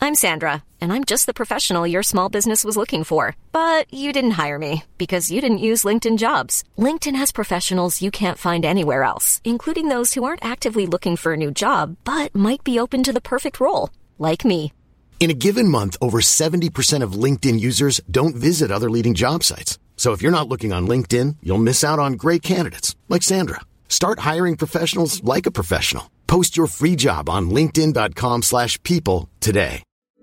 I'm Sandra, and I'm just the professional your small business was looking for. But you didn't hire me because you didn't use LinkedIn Jobs. LinkedIn has professionals you can't find anywhere else, including those who aren't actively looking for a new job, but might be open to the perfect role, like me. In a given month, over 70% of LinkedIn users don't visit other leading job sites. So if you're not looking on LinkedIn, you'll miss out on great candidates like Sandra. Start hiring professionals like a professional. Post your free job on linkedin.com/people today.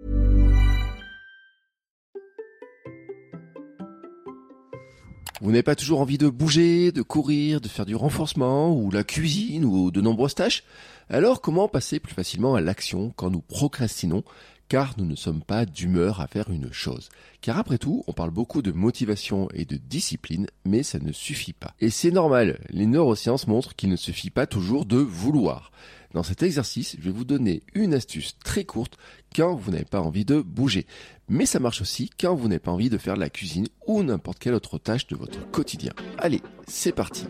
Vous n'avez pas toujours envie de bouger, de courir, de faire du renforcement ou la cuisine ou de nombreuses tâches? Alors comment passer plus facilement à l'action quand nous procrastinons car nous ne sommes pas d'humeur à faire une chose? Car après tout, on parle beaucoup de motivation et de discipline, mais ça ne suffit pas. Et c'est normal, les neurosciences montrent qu'il ne suffit pas toujours de vouloir. Dans cet exercice, je vais vous donner une astuce très courte quand vous n'avez pas envie de bouger. Mais ça marche aussi quand vous n'avez pas envie de faire de la cuisine ou n'importe quelle autre tâche de votre quotidien. Allez, c'est parti!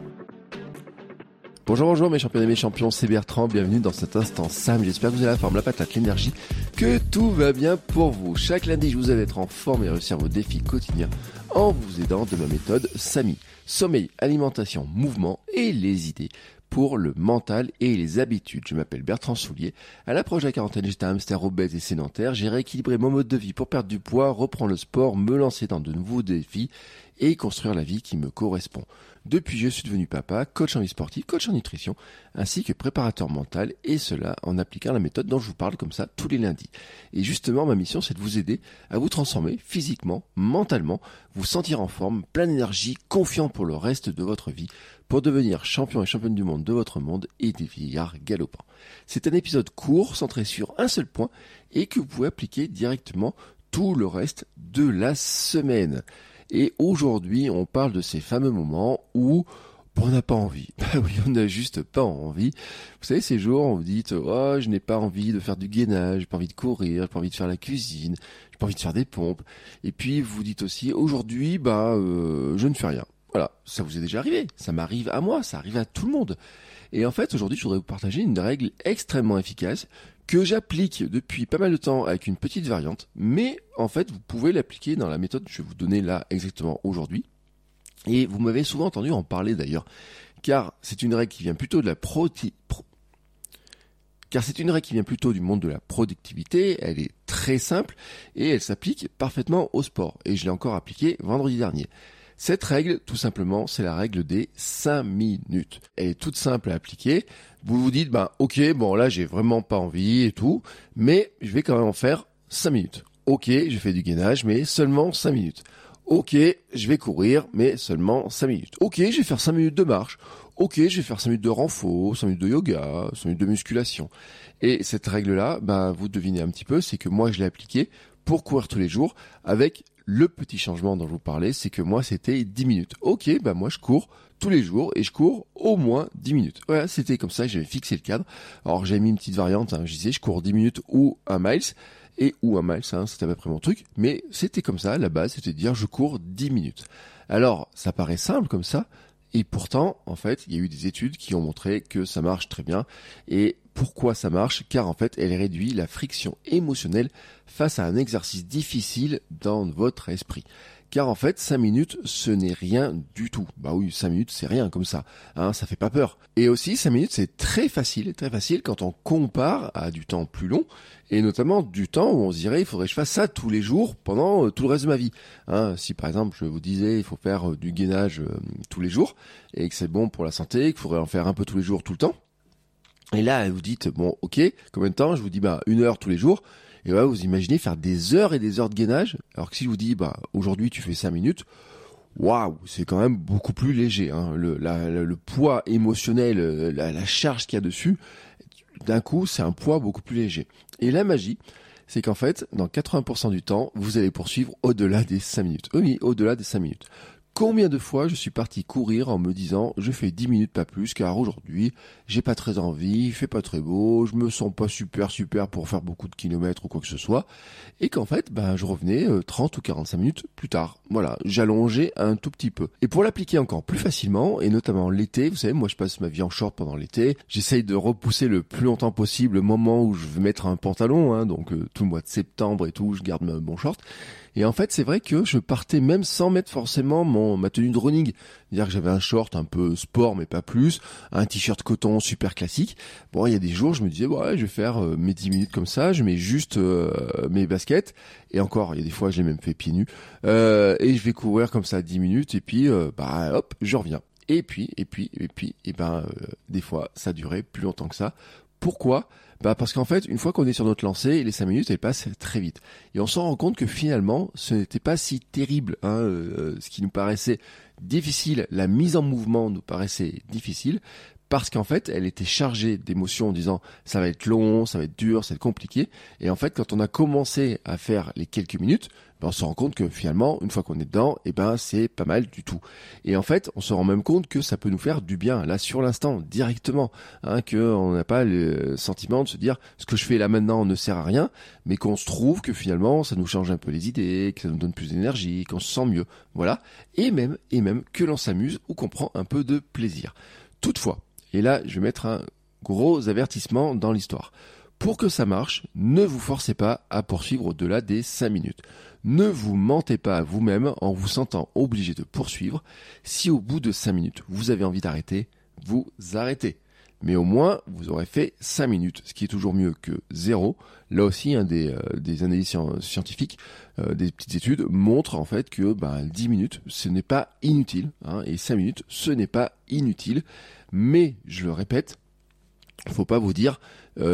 Bonjour mes champions et mes champions, c'est Bertrand, bienvenue dans cet instant Sam, j'espère que vous avez la forme, la patate, l'énergie, que tout va bien pour vous. Chaque lundi, je vous aide à être en forme et réussir vos défis quotidiens en vous aidant de ma méthode SAMI. Sommeil, alimentation, mouvement et les idées pour le mental et les habitudes. Je m'appelle Bertrand Soulier. À l'approche de la quarantaine, j'étais un hamster obèse et sédentaire. J'ai rééquilibré mon mode de vie pour perdre du poids, reprendre le sport, me lancer dans de nouveaux défis et construire la vie qui me correspond. Depuis, je suis devenu papa, coach en vie sportive, coach en nutrition, ainsi que préparateur mental, et cela en appliquant la méthode dont je vous parle comme ça tous les lundis. Et justement, ma mission, c'est de vous aider à vous transformer physiquement, mentalement, vous sentir en forme, plein d'énergie, confiant pour le reste de votre vie, pour devenir champion et championne du monde de votre monde et des vieillards galopants. C'est un épisode court, centré sur un seul point, et que vous pouvez appliquer directement tout le reste de la semaine. Et aujourd'hui, on parle de ces fameux moments où on n'a pas envie. Bah oui, on n'a juste pas envie. Vous savez, ces jours, on vous dit, oh, je n'ai pas envie de faire du gainage, j'ai pas envie de courir, j'ai pas envie de faire la cuisine, j'ai pas envie de faire des pompes. Et puis, vous vous dites aussi, aujourd'hui, je ne fais rien. Voilà, ça vous est déjà arrivé. Ça m'arrive à moi, ça arrive à tout le monde. Et en fait, aujourd'hui, je voudrais vous partager une règle extrêmement efficace que j'applique depuis pas mal de temps avec une petite variante, mais en fait, vous pouvez l'appliquer dans la méthode que je vais vous donner là exactement aujourd'hui. Et vous m'avez souvent entendu en parler d'ailleurs, car c'est une règle qui vient plutôt de du monde de la productivité, elle est très simple et elle s'applique parfaitement au sport. Et je l'ai encore appliquée vendredi dernier. Cette règle, tout simplement, c'est la règle des 5 minutes. Elle est toute simple à appliquer. Vous vous dites, là, j'ai vraiment pas envie et tout, mais je vais quand même en faire 5 minutes. Ok, je fais du gainage, mais seulement 5 minutes. Ok, je vais courir, mais seulement 5 minutes. Ok, je vais faire 5 minutes de marche. Ok, je vais faire 5 minutes de renfo, 5 minutes de yoga, 5 minutes de musculation. Et cette règle-là, vous devinez un petit peu, c'est que moi, je l'ai appliquée pour courir tous les jours avec le petit changement dont je vous parlais, c'est que moi, c'était 10 minutes. Ok, moi, je cours tous les jours et je cours au moins 10 minutes. Voilà, c'était comme ça, j'avais fixé le cadre. Alors, j'avais mis une petite variante, je disais, je cours 10 minutes ou 1 miles. Ou 1 mile, c'était à peu près mon truc. Mais c'était comme ça, la base, c'était de dire, je cours 10 minutes. Alors, ça paraît simple comme ça. Et pourtant, en fait, il y a eu des études qui ont montré que ça marche très bien. Et pourquoi ça marche? Car en fait, elle réduit la friction émotionnelle face à un exercice difficile dans votre esprit. Car en fait, 5 minutes, ce n'est rien du tout. Bah oui, 5 minutes, c'est rien comme ça. Ça fait pas peur. Et aussi, 5 minutes, c'est très facile quand on compare à du temps plus long. Et notamment du temps où on se dirait, il faudrait que je fasse ça tous les jours pendant tout le reste de ma vie. Si par exemple, je vous disais, il faut faire du gainage tous les jours, et que c'est bon pour la santé, qu'il faudrait en faire un peu tous les jours, tout le temps. Et là, vous dites, ok, combien de temps? Je vous dis, 1 heure tous les jours. Et voilà, vous imaginez faire des heures et des heures de gainage. Alors que si je vous dis, aujourd'hui tu fais 5 minutes, waouh, c'est quand même beaucoup plus léger. Le poids émotionnel, la charge qu'il y a dessus, d'un coup, c'est un poids beaucoup plus léger. Et la magie, c'est qu'en fait, dans 80% du temps, vous allez poursuivre au-delà des 5 minutes. Oui, au-delà des 5 minutes. Combien de fois je suis parti courir en me disant je fais 10 minutes pas plus car aujourd'hui j'ai pas très envie, il fait pas très beau, je me sens pas super pour faire beaucoup de kilomètres ou quoi que ce soit, et qu'en fait je revenais 30 ou 45 minutes plus tard. Voilà, j'allongeais un tout petit peu. Et pour l'appliquer encore plus facilement, et notamment l'été, vous savez, moi je passe ma vie en short pendant l'été, j'essaye de repousser le plus longtemps possible le moment où je veux mettre un pantalon, donc tout le mois de septembre et tout, je garde mon short. Et en fait, c'est vrai que je partais même sans mettre forcément ma tenue de running. C'est-à-dire que j'avais un short un peu sport, mais pas plus, un t-shirt coton super classique. Bon, il y a des jours, je me disais, je vais faire mes 10 minutes comme ça, je mets juste mes baskets. Et encore, il y a des fois, je les même fait pieds nus. Et je vais courir comme ça 10 minutes, et puis, hop, je reviens. Et puis, des fois, ça durait plus longtemps que ça. Pourquoi ? Parce qu'en fait, une fois qu'on est sur notre lancée, les 5 minutes, elles passent très vite. Et on s'en rend compte que finalement, ce n'était pas si terrible. Ce qui nous paraissait difficile, la mise en mouvement nous paraissait difficile, parce qu'en fait, elle était chargée d'émotions en disant « ça va être long, ça va être dur, ça va être compliqué ». Et en fait, quand on a commencé à faire les quelques minutes, on se rend compte que finalement, une fois qu'on est dedans, c'est pas mal du tout. Et en fait, on se rend même compte que ça peut nous faire du bien, là, sur l'instant, directement. Qu'on n'a pas le sentiment de se dire, ce que je fais là maintenant ne sert à rien, mais qu'on se trouve que finalement, ça nous change un peu les idées, que ça nous donne plus d'énergie, qu'on se sent mieux. Voilà. Et même que l'on s'amuse ou qu'on prend un peu de plaisir. Toutefois, et là, je vais mettre un gros avertissement dans l'histoire. Pour que ça marche, ne vous forcez pas à poursuivre au-delà des 5 minutes. Ne vous mentez pas à vous-même en vous sentant obligé de poursuivre. Si au bout de 5 minutes, vous avez envie d'arrêter, vous arrêtez. Mais au moins, vous aurez fait 5 minutes, ce qui est toujours mieux que 0. Là aussi, des analyses scientifiques, des petites études montrent en fait que 10 minutes, ce n'est pas inutile. Et 5 minutes, ce n'est pas inutile. Mais, je le répète, faut pas vous dire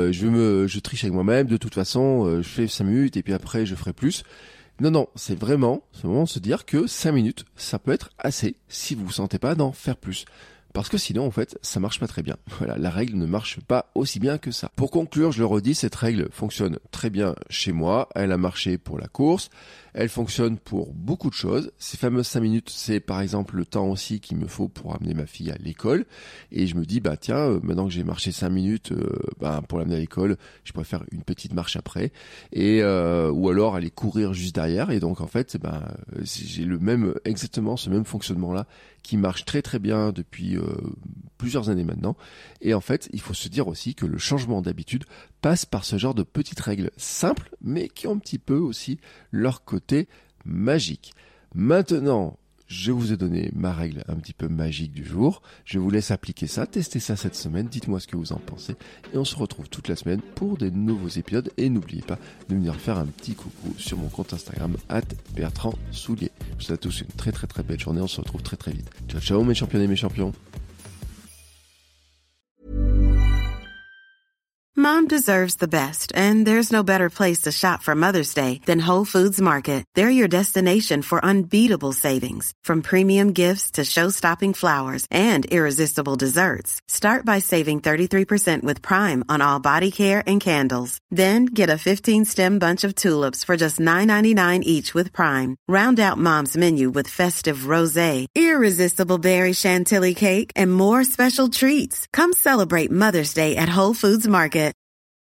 je triche avec moi-même, de toute façon je fais 5 minutes et puis après je ferai plus. Non, c'est vraiment se dire que 5 minutes ça peut être assez si vous vous sentez pas d'en faire plus. Parce que sinon, en fait, ça marche pas très bien. Voilà, la règle ne marche pas aussi bien que ça. Pour conclure, je le redis, cette règle fonctionne très bien chez moi. Elle a marché pour la course. Elle fonctionne pour beaucoup de choses. Ces fameuses 5 minutes, c'est par exemple le temps aussi qu'il me faut pour amener ma fille à l'école. Et je me dis, maintenant que j'ai marché 5 minutes, pour l'amener à l'école, je pourrais faire une petite marche après. Et, ou alors aller courir juste derrière. Et donc, en fait, j'ai exactement ce même fonctionnement-là qui marche très très bien depuis plusieurs années maintenant. Et en fait, il faut se dire aussi que le changement d'habitude passe par ce genre de petites règles simples, mais qui ont un petit peu aussi leur côté magique. Maintenant, je vous ai donné ma règle un petit peu magique du jour. Je vous laisse appliquer ça, tester ça cette semaine. Dites-moi ce que vous en pensez. Et on se retrouve toute la semaine pour des nouveaux épisodes. Et n'oubliez pas de venir faire un petit coucou sur mon compte Instagram @BertrandSoulier. Je vous souhaite à tous une très très très belle journée. On se retrouve très très vite. Ciao ciao mes championnes et mes champions. Mom deserves the best, and there's no better place to shop for Mother's Day than Whole Foods Market. They're your destination for unbeatable savings, from premium gifts to show-stopping flowers and irresistible desserts. Start by saving 33% with Prime on all body care and candles. Then get a 15-stem bunch of tulips for just $9.99 each with Prime. Round out Mom's menu with festive rosé, irresistible berry chantilly cake, and more special treats. Come celebrate Mother's Day at Whole Foods Market.